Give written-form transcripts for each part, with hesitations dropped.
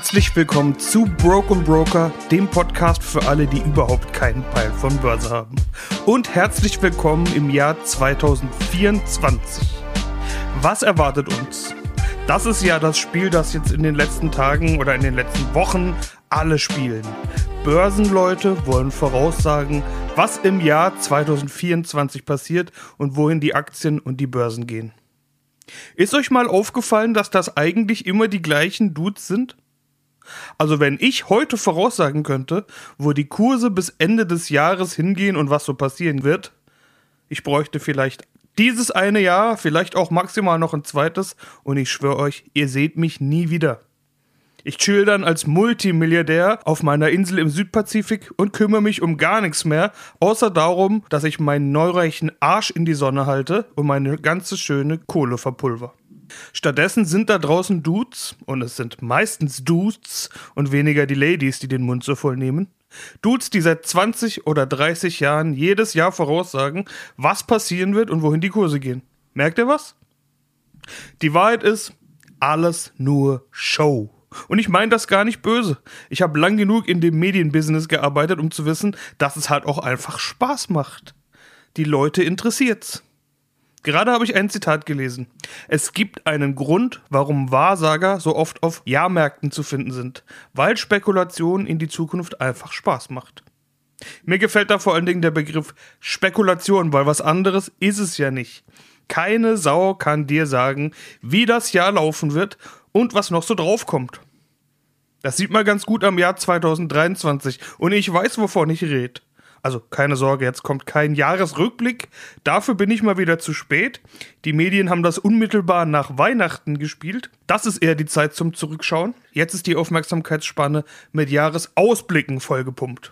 Herzlich willkommen zu Broke & Broker, dem Podcast für alle, die überhaupt keinen Peil von Börse haben. Und herzlich willkommen im Jahr 2024. Was erwartet uns? Das ist ja das Spiel, das jetzt in den letzten Tagen oder in den letzten Wochen alle spielen. Börsenleute wollen voraussagen, was im Jahr 2024 passiert und wohin die Aktien und die Börsen gehen. Ist euch mal aufgefallen, dass das eigentlich immer die gleichen Dudes sind? Also wenn ich heute voraussagen könnte, wo die Kurse bis Ende des Jahres hingehen und was so passieren wird, ich bräuchte vielleicht dieses eine Jahr, vielleicht auch maximal noch ein zweites und ich schwöre euch, ihr seht mich nie wieder. Ich chill dann als Multimilliardär auf meiner Insel im Südpazifik und kümmere mich um gar nichts mehr, außer darum, dass ich meinen neureichen Arsch in die Sonne halte und meine ganze schöne Kohle verpulver. Stattdessen sind da draußen Dudes, und es sind meistens Dudes und weniger die Ladies, die den Mund so voll nehmen. Dudes, die seit 20 oder 30 Jahren jedes Jahr voraussagen, was passieren wird und wohin die Kurse gehen. Merkt ihr was? Die Wahrheit ist, alles nur Show. Und ich meine das gar nicht böse. Ich habe lang genug in dem Medienbusiness gearbeitet, um zu wissen, dass es halt auch einfach Spaß macht. Die Leute interessiert's. Gerade habe ich ein Zitat gelesen. Es gibt einen Grund, warum Wahrsager so oft auf Jahrmärkten zu finden sind. Weil Spekulation in die Zukunft einfach Spaß macht. Mir gefällt da vor allen Dingen der Begriff Spekulation, weil was anderes ist es ja nicht. Keine Sau kann dir sagen, wie das Jahr laufen wird und was noch so draufkommt. Das sieht man ganz gut am Jahr 2023 und ich weiß, wovon ich rede. Also keine Sorge, jetzt kommt kein Jahresrückblick, dafür bin ich mal wieder zu spät. Die Medien haben das unmittelbar nach Weihnachten gespielt. Das ist eher die Zeit zum Zurückschauen. Jetzt ist die Aufmerksamkeitsspanne mit Jahresausblicken vollgepumpt.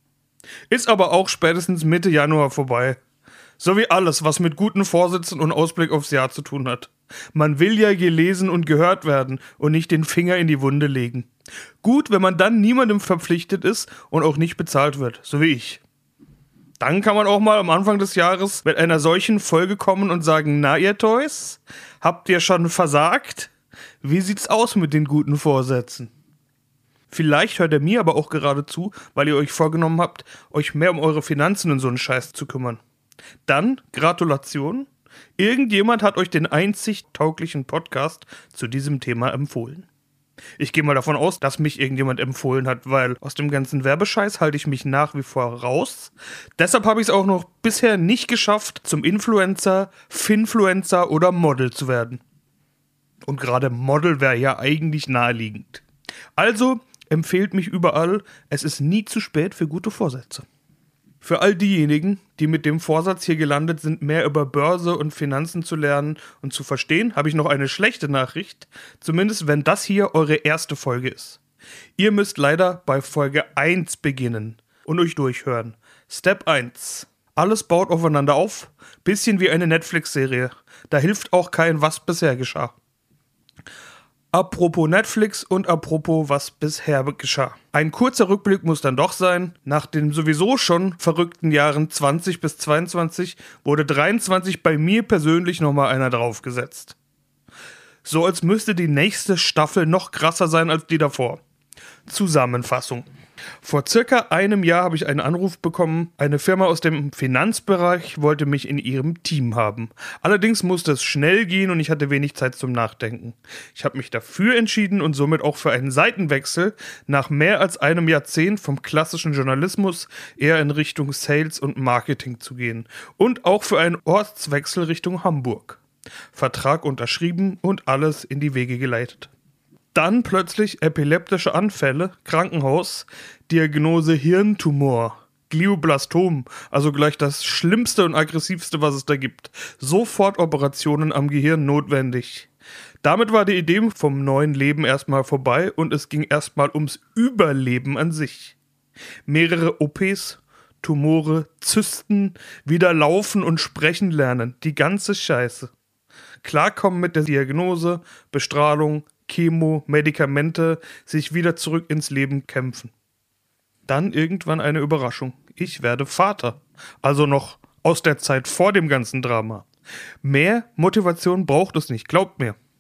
Ist aber auch spätestens Mitte Januar vorbei. So wie alles, was mit guten Vorsätzen und Ausblick aufs Jahr zu tun hat. Man will ja gelesen und gehört werden und nicht den Finger in die Wunde legen. Gut, wenn man dann niemandem verpflichtet ist und auch nicht bezahlt wird, so wie ich. Dann kann man auch mal am Anfang des Jahres mit einer solchen Folge kommen und sagen, na ihr Toys, habt ihr schon versagt? Wie sieht's aus mit den guten Vorsätzen? Vielleicht hört ihr mir aber auch gerade zu, weil ihr euch vorgenommen habt, euch mehr um eure Finanzen und so einen Scheiß zu kümmern. Dann Gratulation. Irgendjemand hat euch den einzig tauglichen Podcast zu diesem Thema empfohlen. Ich gehe mal davon aus, dass mich irgendjemand empfohlen hat, weil aus dem ganzen Werbescheiß halte ich mich nach wie vor raus. Deshalb habe ich es auch noch bisher nicht geschafft, zum Influencer, Finfluencer oder Model zu werden. Und gerade Model wäre ja eigentlich naheliegend. Also empfehlt mich überall, es ist nie zu spät für gute Vorsätze. Für all diejenigen, die mit dem Vorsatz hier gelandet sind, mehr über Börse und Finanzen zu lernen und zu verstehen, habe ich noch eine schlechte Nachricht, zumindest wenn das hier eure erste Folge ist. Ihr müsst leider bei Folge 1 beginnen und euch durchhören. Step 1. Alles baut aufeinander auf, bisschen wie eine Netflix-Serie. Da hilft auch kein was bisher geschah. Apropos Netflix und apropos was bisher geschah. Ein kurzer Rückblick muss dann doch sein. Nach den sowieso schon verrückten Jahren 20 bis 22 wurde 23 bei mir persönlich nochmal einer draufgesetzt. So als müsste die nächste Staffel noch krasser sein als die davor. Zusammenfassung. Vor circa einem Jahr habe ich einen Anruf bekommen, eine Firma aus dem Finanzbereich wollte mich in ihrem Team haben. Allerdings musste es schnell gehen und ich hatte wenig Zeit zum Nachdenken. Ich habe mich dafür entschieden und somit auch für einen Seitenwechsel nach mehr als einem Jahrzehnt vom klassischen Journalismus eher in Richtung Sales und Marketing zu gehen. Und auch für einen Ortswechsel Richtung Hamburg. Vertrag unterschrieben und alles in die Wege geleitet. Dann plötzlich epileptische Anfälle, Krankenhaus, Diagnose Hirntumor, Glioblastom, also gleich das Schlimmste und Aggressivste, was es da gibt. Sofort Operationen am Gehirn notwendig. Damit war die Idee vom neuen Leben erstmal vorbei und es ging erstmal ums Überleben an sich. Mehrere OPs, Tumore, Zysten, wieder laufen und sprechen lernen, die ganze Scheiße. Klarkommen mit der Diagnose, Bestrahlung, Chemo, Medikamente, sich wieder zurück ins Leben kämpfen. Dann irgendwann eine Überraschung. Ich werde Vater. Also noch aus der Zeit vor dem ganzen Drama. Mehr Motivation braucht es nicht, glaubt mir.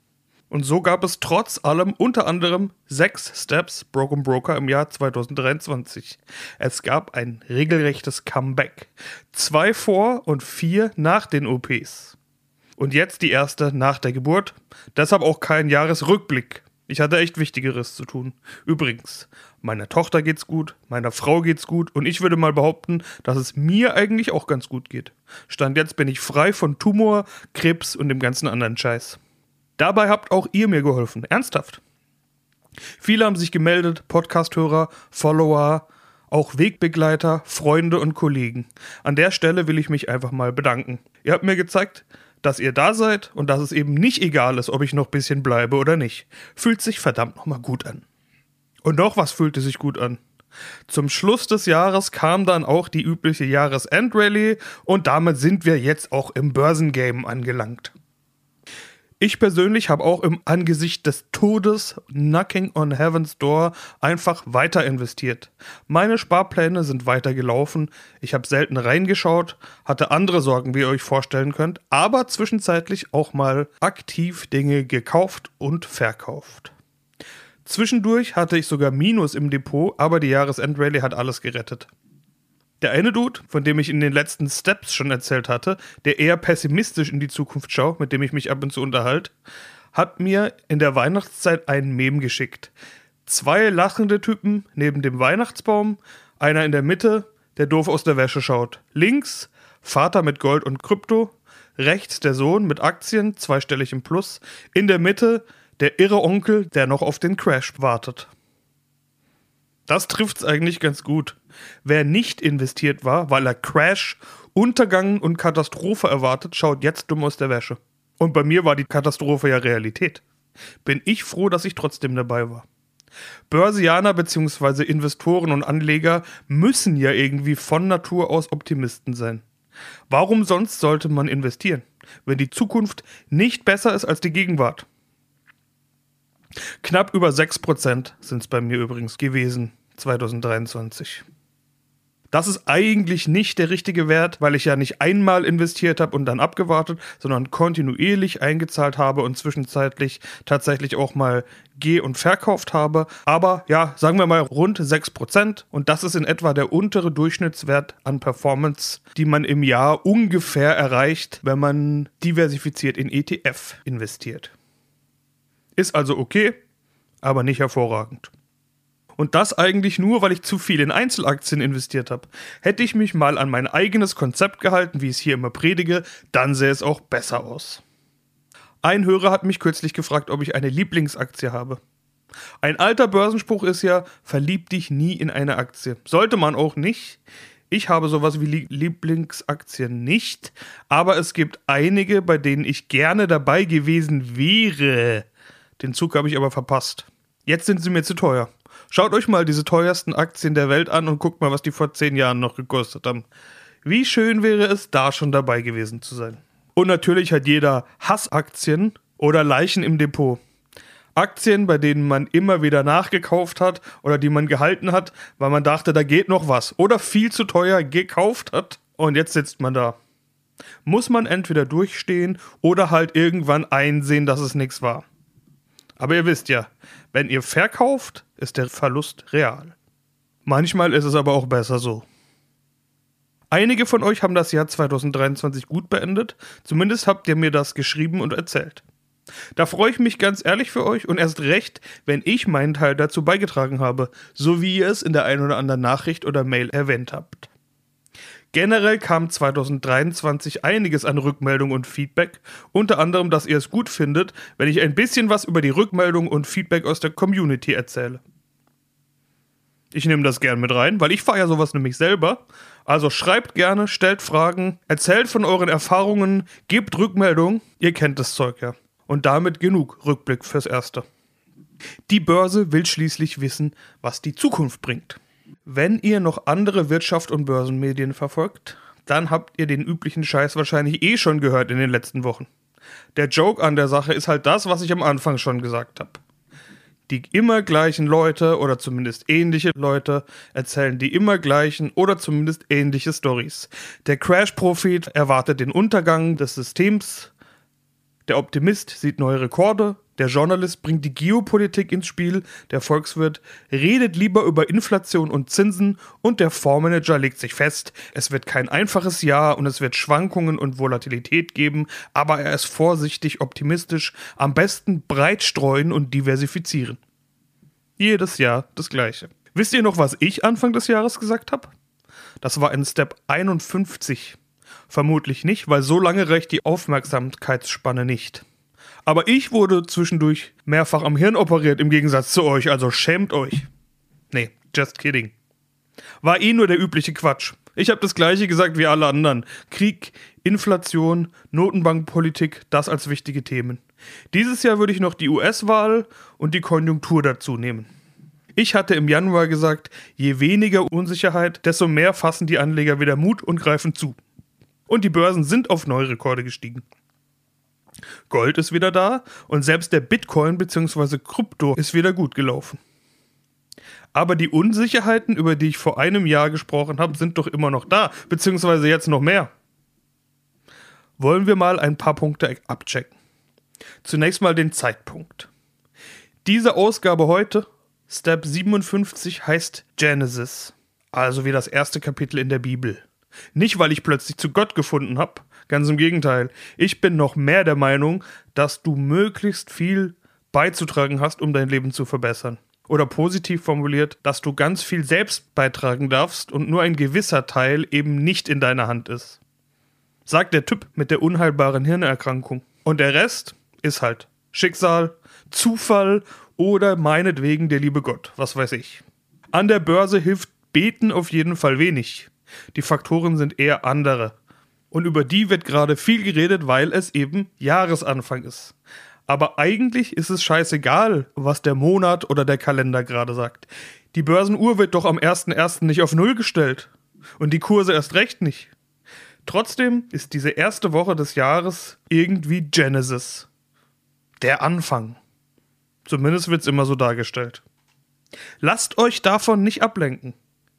Und so gab es trotz allem unter anderem 6 Steps Broken Broker im Jahr 2023. Es gab ein regelrechtes Comeback. 2 vor und 4 nach den OPs. Und jetzt die erste nach der Geburt. Deshalb auch kein Jahresrückblick. Ich hatte echt Wichtigeres zu tun. Übrigens, meiner Tochter geht's gut, meiner Frau geht's gut und ich würde mal behaupten, dass es mir eigentlich auch ganz gut geht. Stand jetzt bin ich frei von Tumor, Krebs und dem ganzen anderen Scheiß. Dabei habt auch ihr mir geholfen. Ernsthaft. Viele haben sich gemeldet, Podcast-Hörer, Follower, auch Wegbegleiter, Freunde und Kollegen. An der Stelle will ich mich einfach mal bedanken. Ihr habt mir gezeigt, dass ihr da seid und dass es eben nicht egal ist, ob ich noch ein bisschen bleibe oder nicht. Fühlt sich verdammt nochmal gut an. Und noch was fühlte sich gut an. Zum Schluss des Jahres kam dann auch die übliche Jahresendrally und damit sind wir jetzt auch im Börsengame angelangt. Ich persönlich habe auch im Angesicht des Todes Knocking on Heaven's Door einfach weiter investiert. Meine Sparpläne sind weiter gelaufen, ich habe selten reingeschaut, hatte andere Sorgen, wie ihr euch vorstellen könnt, aber zwischenzeitlich auch mal aktiv Dinge gekauft und verkauft. Zwischendurch hatte ich sogar Minus im Depot, aber die Jahresendrallye hat alles gerettet. Der eine Dude, von dem ich in den letzten Steps schon erzählt hatte, der eher pessimistisch in die Zukunft schaut, mit dem ich mich ab und zu unterhalte, hat mir in der Weihnachtszeit einen Meme geschickt. 2 lachende Typen neben dem Weihnachtsbaum, einer in der Mitte, der doof aus der Wäsche schaut. Links Vater mit Gold und Krypto, rechts der Sohn mit Aktien, 2-stellig im Plus, in der Mitte der irre Onkel, der noch auf den Crash wartet. Das trifft's eigentlich ganz gut. Wer nicht investiert war, weil er Crash, Untergang und Katastrophe erwartet, schaut jetzt dumm aus der Wäsche. Und bei mir war die Katastrophe ja Realität. Bin ich froh, dass ich trotzdem dabei war. Börsianer bzw. Investoren und Anleger müssen ja irgendwie von Natur aus Optimisten sein. Warum sonst sollte man investieren, wenn die Zukunft nicht besser ist als die Gegenwart? Knapp über 6% sind es bei mir übrigens gewesen, 2023. Das ist eigentlich nicht der richtige Wert, weil ich ja nicht einmal investiert habe und dann abgewartet, sondern kontinuierlich eingezahlt habe und zwischenzeitlich tatsächlich auch mal und verkauft habe. Aber ja, sagen wir mal rund 6% und das ist in etwa der untere Durchschnittswert an Performance, die man im Jahr ungefähr erreicht, wenn man diversifiziert in ETF investiert. Ist also okay, aber nicht hervorragend. Und das eigentlich nur, weil ich zu viel in Einzelaktien investiert habe. Hätte ich mich mal an mein eigenes Konzept gehalten, wie ich es hier immer predige, dann sähe es auch besser aus. Ein Hörer hat mich kürzlich gefragt, ob ich eine Lieblingsaktie habe. Ein alter Börsenspruch ist ja, verlieb dich nie in eine Aktie. Sollte man auch nicht. Ich habe sowas wie Lieblingsaktien nicht, aber es gibt einige, bei denen ich gerne dabei gewesen wäre. Den Zug habe ich aber verpasst. Jetzt sind sie mir zu teuer. Schaut euch mal diese teuersten Aktien der Welt an und guckt mal, was die vor 10 Jahren noch gekostet haben. Wie schön wäre es, da schon dabei gewesen zu sein. Und natürlich hat jeder Hassaktien oder Leichen im Depot. Aktien, bei denen man immer wieder nachgekauft hat oder die man gehalten hat, weil man dachte, da geht noch was. Oder viel zu teuer gekauft hat und jetzt sitzt man da. Muss man entweder durchstehen oder halt irgendwann einsehen, dass es nichts war. Aber ihr wisst ja, wenn ihr verkauft, ist der Verlust real. Manchmal ist es aber auch besser so. Einige von euch haben das Jahr 2023 gut beendet, zumindest habt ihr mir das geschrieben und erzählt. Da freue ich mich ganz ehrlich für euch und erst recht, wenn ich meinen Teil dazu beigetragen habe, so wie ihr es in der ein oder anderen Nachricht oder Mail erwähnt habt. Generell kam 2023 einiges an Rückmeldung und Feedback, unter anderem, dass ihr es gut findet, wenn ich ein bisschen was über die Rückmeldung und Feedback aus der Community erzähle. Ich nehme das gern mit rein, weil ich fahre ja sowas nämlich selber. Also schreibt gerne, stellt Fragen, erzählt von euren Erfahrungen, gebt Rückmeldung, ihr kennt das Zeug ja. Und damit genug Rückblick fürs Erste. Die Börse will schließlich wissen, was die Zukunft bringt. Wenn ihr noch andere Wirtschaft- und Börsenmedien verfolgt, dann habt ihr den üblichen Scheiß wahrscheinlich eh schon gehört in den letzten Wochen. Der Joke an der Sache ist halt das, was ich am Anfang schon gesagt habe. Die immer gleichen Leute oder zumindest ähnliche Leute erzählen die immer gleichen oder zumindest ähnliche Storys. Der Crash-Prophet erwartet den Untergang des Systems, der Optimist sieht neue Rekorde Der Journalist bringt die Geopolitik ins Spiel, der Volkswirt redet lieber über Inflation und Zinsen und der Fondsmanager legt sich fest, es wird kein einfaches Jahr und es wird Schwankungen und Volatilität geben, aber er ist vorsichtig optimistisch, am besten breit streuen und diversifizieren. Jedes Jahr das Gleiche. Wisst ihr noch, was ich Anfang des Jahres gesagt habe? Das war in Step 51. Vermutlich nicht, weil so lange reicht die Aufmerksamkeitsspanne nicht. Aber ich wurde zwischendurch mehrfach am Hirn operiert, im Gegensatz zu euch, also schämt euch. Nee, just kidding. War nur der übliche Quatsch. Ich habe das Gleiche gesagt wie alle anderen. Krieg, Inflation, Notenbankpolitik, das als wichtige Themen. Dieses Jahr würde ich noch die US-Wahl und die Konjunktur dazu nehmen. Ich hatte im Januar gesagt, je weniger Unsicherheit, desto mehr fassen die Anleger wieder Mut und greifen zu. Und die Börsen sind auf neue Rekorde gestiegen. Gold ist wieder da und selbst der Bitcoin bzw. Krypto ist wieder gut gelaufen. Aber die Unsicherheiten, über die ich vor einem Jahr gesprochen habe, sind doch immer noch da, beziehungsweise jetzt noch mehr. Wollen wir mal ein paar Punkte abchecken. Zunächst mal den Zeitpunkt. Diese Ausgabe heute, Step 57, heißt Genesis, also wie das erste Kapitel in der Bibel. Nicht, weil ich plötzlich zu Gott gefunden habe, ganz im Gegenteil. Ich bin noch mehr der Meinung, dass du möglichst viel beizutragen hast, um dein Leben zu verbessern. Oder positiv formuliert, dass du ganz viel selbst beitragen darfst und nur ein gewisser Teil eben nicht in deiner Hand ist. Sagt der Typ mit der unheilbaren Hirnerkrankung. Und der Rest ist halt Schicksal, Zufall oder meinetwegen der liebe Gott, was weiß ich. An der Börse hilft Beten auf jeden Fall wenig. Die Faktoren sind eher andere. Und über die wird gerade viel geredet, weil es eben Jahresanfang ist. Aber eigentlich ist es scheißegal, was der Monat oder der Kalender gerade sagt. Die Börsenuhr wird doch am 1.1. nicht auf Null gestellt. Und die Kurse erst recht nicht. Trotzdem ist diese erste Woche des Jahres irgendwie Genesis. Der Anfang. Zumindest wird es immer so dargestellt. Lasst euch davon nicht ablenken.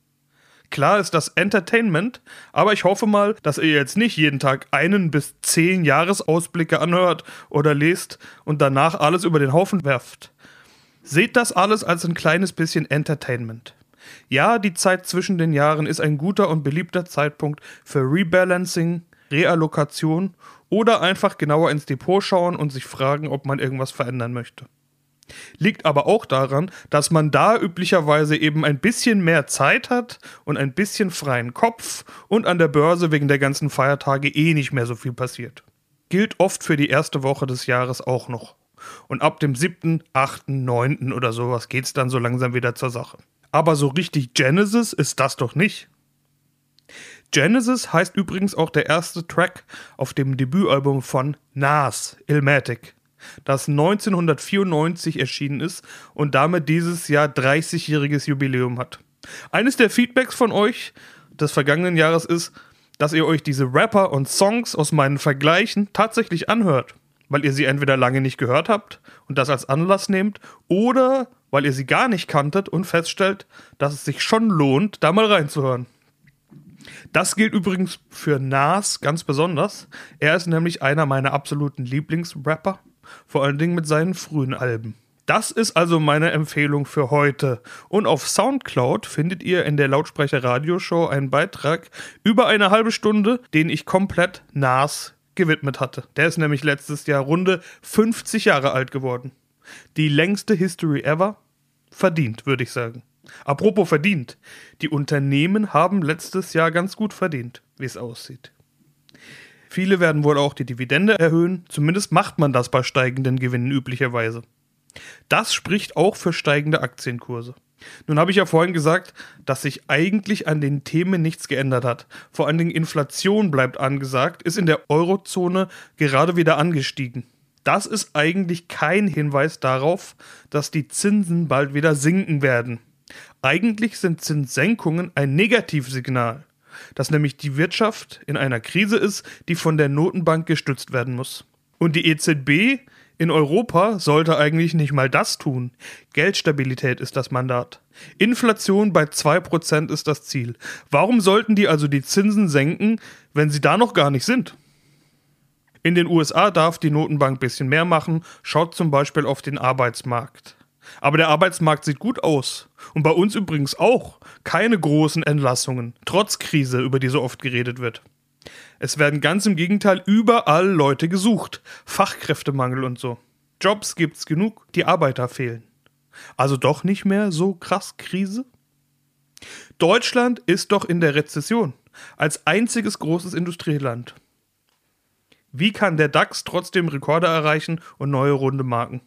Klar ist das Entertainment, aber ich hoffe mal, dass ihr jetzt nicht jeden Tag 1 bis 10 Jahresausblicke anhört oder lest und danach alles über den Haufen werft. Seht das alles als ein kleines bisschen Entertainment. Ja, die Zeit zwischen den Jahren ist ein guter und beliebter Zeitpunkt für Rebalancing, Reallokation oder einfach genauer ins Depot schauen und sich fragen, ob man irgendwas verändern möchte. Liegt aber auch daran, dass man da üblicherweise eben ein bisschen mehr Zeit hat und ein bisschen freien Kopf und an der Börse wegen der ganzen Feiertage nicht mehr so viel passiert. Gilt oft für die erste Woche des Jahres auch noch. Und ab dem 7., 8., 9. oder sowas geht's dann so langsam wieder zur Sache. Aber so richtig Genesis ist das doch nicht. Genesis heißt übrigens auch der erste Track auf dem Debütalbum von Nas, Illmatic, das 1994 erschienen ist und damit dieses Jahr 30-jähriges Jubiläum hat. Eines der Feedbacks von euch des vergangenen Jahres ist, dass ihr euch diese Rapper und Songs aus meinen Vergleichen tatsächlich anhört, weil ihr sie entweder lange nicht gehört habt und das als Anlass nehmt oder weil ihr sie gar nicht kanntet und feststellt, dass es sich schon lohnt, da mal reinzuhören. Das gilt übrigens für Nas ganz besonders. Er ist nämlich einer meiner absoluten Lieblingsrapper, vor allen Dingen mit seinen frühen Alben. Das ist also meine Empfehlung für heute. Und auf Soundcloud findet ihr in der Lautsprecher-Radioshow einen Beitrag über eine halbe Stunde, den ich komplett Nas gewidmet hatte. Der ist nämlich letztes Jahr runde 50 Jahre alt geworden. Die längste History ever? Verdient, würde ich sagen. Apropos verdient. Die Unternehmen haben letztes Jahr ganz gut verdient, wie es aussieht. Viele werden wohl auch die Dividende erhöhen, zumindest macht man das bei steigenden Gewinnen üblicherweise. Das spricht auch für steigende Aktienkurse. Nun habe ich ja vorhin gesagt, dass sich eigentlich an den Themen nichts geändert hat. Vor allen Dingen Inflation bleibt angesagt, ist in der Eurozone gerade wieder angestiegen. Das ist eigentlich kein Hinweis darauf, dass die Zinsen bald wieder sinken werden. Eigentlich sind Zinssenkungen ein Negativsignal, dass nämlich die Wirtschaft in einer Krise ist, die von der Notenbank gestützt werden muss. Und die EZB in Europa sollte eigentlich nicht mal das tun. Geldstabilität ist das Mandat. Inflation bei 2% ist das Ziel. Warum sollten die also die Zinsen senken, wenn sie da noch gar nicht sind? In den USA darf die Notenbank ein bisschen mehr machen, schaut zum Beispiel auf den Arbeitsmarkt. Aber der Arbeitsmarkt sieht gut aus. Und bei uns übrigens auch. Keine großen Entlassungen, trotz Krise, über die so oft geredet wird. Es werden ganz im Gegenteil überall Leute gesucht. Fachkräftemangel und so. Jobs gibt's genug, die Arbeiter fehlen. Also doch nicht mehr so krass Krise? Deutschland ist doch in der Rezession. Als einziges großes Industrieland. Wie kann der DAX trotzdem Rekorde erreichen und neue runde Marken?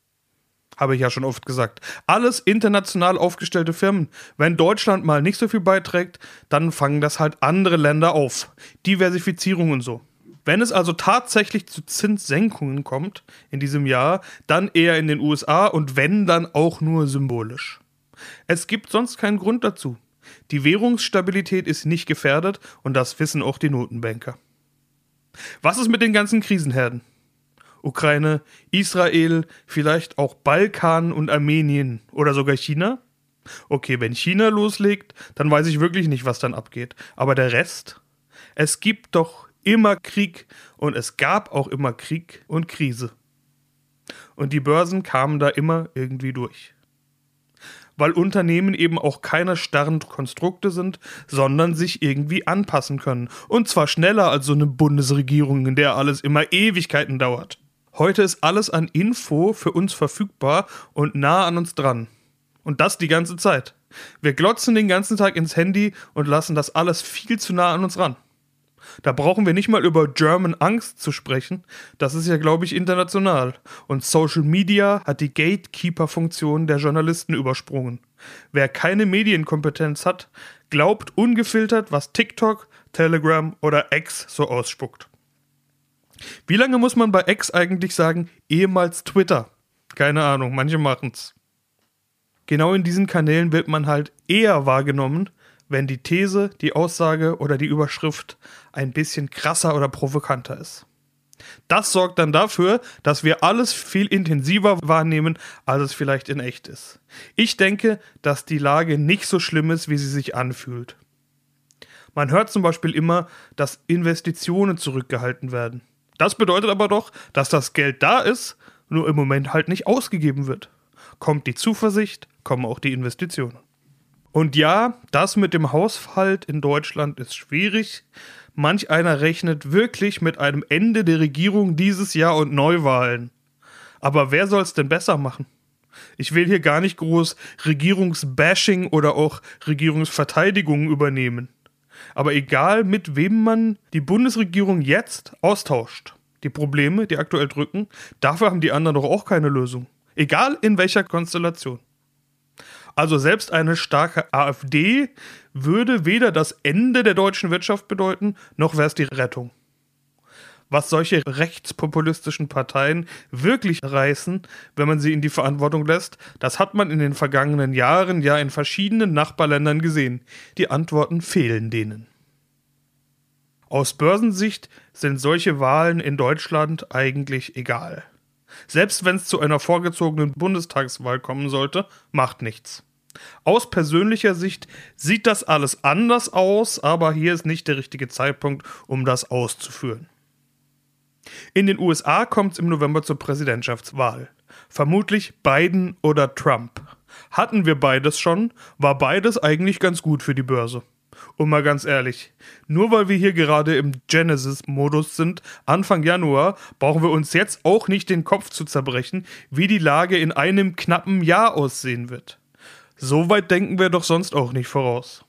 Habe ich ja schon oft gesagt. Alles international aufgestellte Firmen. Wenn Deutschland mal nicht so viel beiträgt, dann fangen das halt andere Länder auf. Diversifizierung und so. Wenn es also tatsächlich zu Zinssenkungen kommt in diesem Jahr, dann eher in den USA und wenn, dann auch nur symbolisch. Es gibt sonst keinen Grund dazu. Die Währungsstabilität ist nicht gefährdet und das wissen auch die Notenbanker. Was ist mit den ganzen Krisenherden? Ukraine, Israel, vielleicht auch Balkan und Armenien oder sogar China? Okay, wenn China loslegt, dann weiß ich wirklich nicht, was dann abgeht. Aber der Rest? Es gibt doch immer Krieg und es gab auch immer Krieg und Krise. Und die Börsen kamen da immer irgendwie durch. Weil Unternehmen eben auch keine starren Konstrukte sind, sondern sich irgendwie anpassen können. Und zwar schneller als so eine Bundesregierung, in der alles immer Ewigkeiten dauert. Heute ist alles an Info für uns verfügbar und nah an uns dran. Und das die ganze Zeit. Wir glotzen den ganzen Tag ins Handy und lassen das alles viel zu nah an uns ran. Da brauchen wir nicht mal über German Angst zu sprechen. Das ist ja, glaube ich, international. Und Social Media hat die Gatekeeper-Funktion der Journalisten übersprungen. Wer keine Medienkompetenz hat, glaubt ungefiltert, was TikTok, Telegram oder X so ausspuckt. Wie lange muss man bei X eigentlich sagen, ehemals Twitter? Keine Ahnung, manche machen's. Genau in diesen Kanälen wird man halt eher wahrgenommen, wenn die These, die Aussage oder die Überschrift ein bisschen krasser oder provokanter ist. Das sorgt dann dafür, dass wir alles viel intensiver wahrnehmen, als es vielleicht in echt ist. Ich denke, dass die Lage nicht so schlimm ist, wie sie sich anfühlt. Man hört zum Beispiel immer, dass Investitionen zurückgehalten werden. Das bedeutet aber doch, dass das Geld da ist, nur im Moment halt nicht ausgegeben wird. Kommt die Zuversicht, kommen auch die Investitionen. Und ja, das mit dem Haushalt in Deutschland ist schwierig. Manch einer rechnet wirklich mit einem Ende der Regierung dieses Jahr und Neuwahlen. Aber wer soll es denn besser machen? Ich will hier gar nicht groß Regierungsbashing oder auch Regierungsverteidigung übernehmen. Aber egal, mit wem man die Bundesregierung jetzt austauscht, die Probleme, die aktuell drücken, dafür haben die anderen doch auch keine Lösung. Egal in welcher Konstellation. Also selbst eine starke AfD würde weder das Ende der deutschen Wirtschaft bedeuten, noch wäre es die Rettung. Was solche rechtspopulistischen Parteien wirklich reißen, wenn man sie in die Verantwortung lässt, das hat man in den vergangenen Jahren ja in verschiedenen Nachbarländern gesehen. Die Antworten fehlen denen. Aus Börsensicht sind solche Wahlen in Deutschland eigentlich egal. Selbst wenn es zu einer vorgezogenen Bundestagswahl kommen sollte, macht nichts. Aus persönlicher Sicht sieht das alles anders aus, aber hier ist nicht der richtige Zeitpunkt, um das auszuführen. In den USA kommt es im November zur Präsidentschaftswahl. Vermutlich Biden oder Trump. Hatten wir beides schon, war beides eigentlich ganz gut für die Börse. Und mal ganz ehrlich, nur weil wir hier gerade im Genesis-Modus sind, Anfang Januar, brauchen wir uns jetzt auch nicht den Kopf zu zerbrechen, wie die Lage in einem knappen Jahr aussehen wird. So weit denken wir doch sonst auch nicht voraus.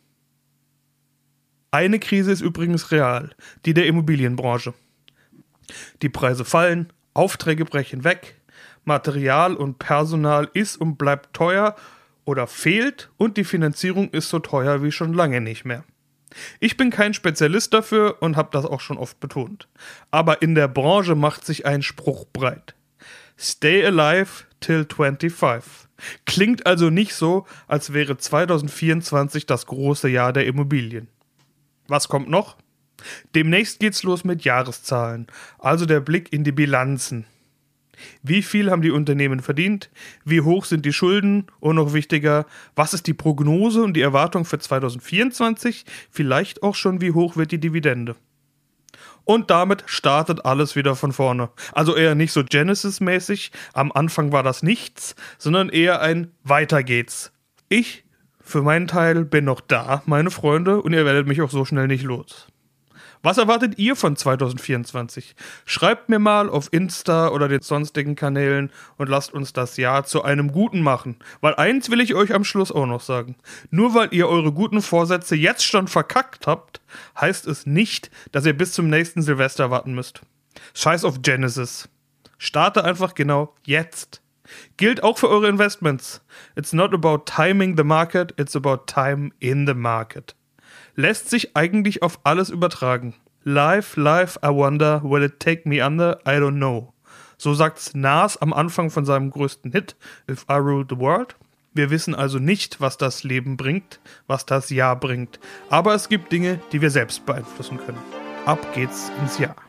Eine Krise ist übrigens real, die der Immobilienbranche. Die Preise fallen, Aufträge brechen weg, Material und Personal ist und bleibt teuer oder fehlt und die Finanzierung ist so teuer wie schon lange nicht mehr. Ich bin kein Spezialist dafür und habe das auch schon oft betont. Aber in der Branche macht sich ein Spruch breit. Stay alive till 25. Klingt also nicht so, als wäre 2024 das große Jahr der Immobilien. Was kommt noch? Demnächst geht's los mit Jahreszahlen, also der Blick in die Bilanzen. Wie viel haben die Unternehmen verdient? Wie hoch sind die Schulden? Und noch wichtiger, was ist die Prognose und die Erwartung für 2024? Vielleicht auch schon, wie hoch wird die Dividende? Und damit startet alles wieder von vorne. Also eher nicht so Genesis-mäßig, am Anfang war das nichts, sondern eher ein Weiter geht's. Ich, für meinen Teil, bin noch da, meine Freunde, und ihr werdet mich auch so schnell nicht los. Was erwartet ihr von 2024? Schreibt mir mal auf Insta oder den sonstigen Kanälen und lasst uns das Jahr zu einem Guten machen. Weil eins will ich euch am Schluss auch noch sagen. Nur weil ihr eure guten Vorsätze jetzt schon verkackt habt, heißt es nicht, dass ihr bis zum nächsten Silvester warten müsst. Scheiß auf Genesis. Starte einfach genau jetzt. Gilt auch für eure Investments. It's not about timing the market, it's about time in the market. Lässt sich eigentlich auf alles übertragen. Life, I wonder, will it take me under? I don't know. So sagt's Nas am Anfang von seinem größten Hit, If I Rule the World. Wir wissen also nicht, was das Leben bringt, was das Jahr bringt. Aber es gibt Dinge, die wir selbst beeinflussen können. Ab geht's ins Jahr.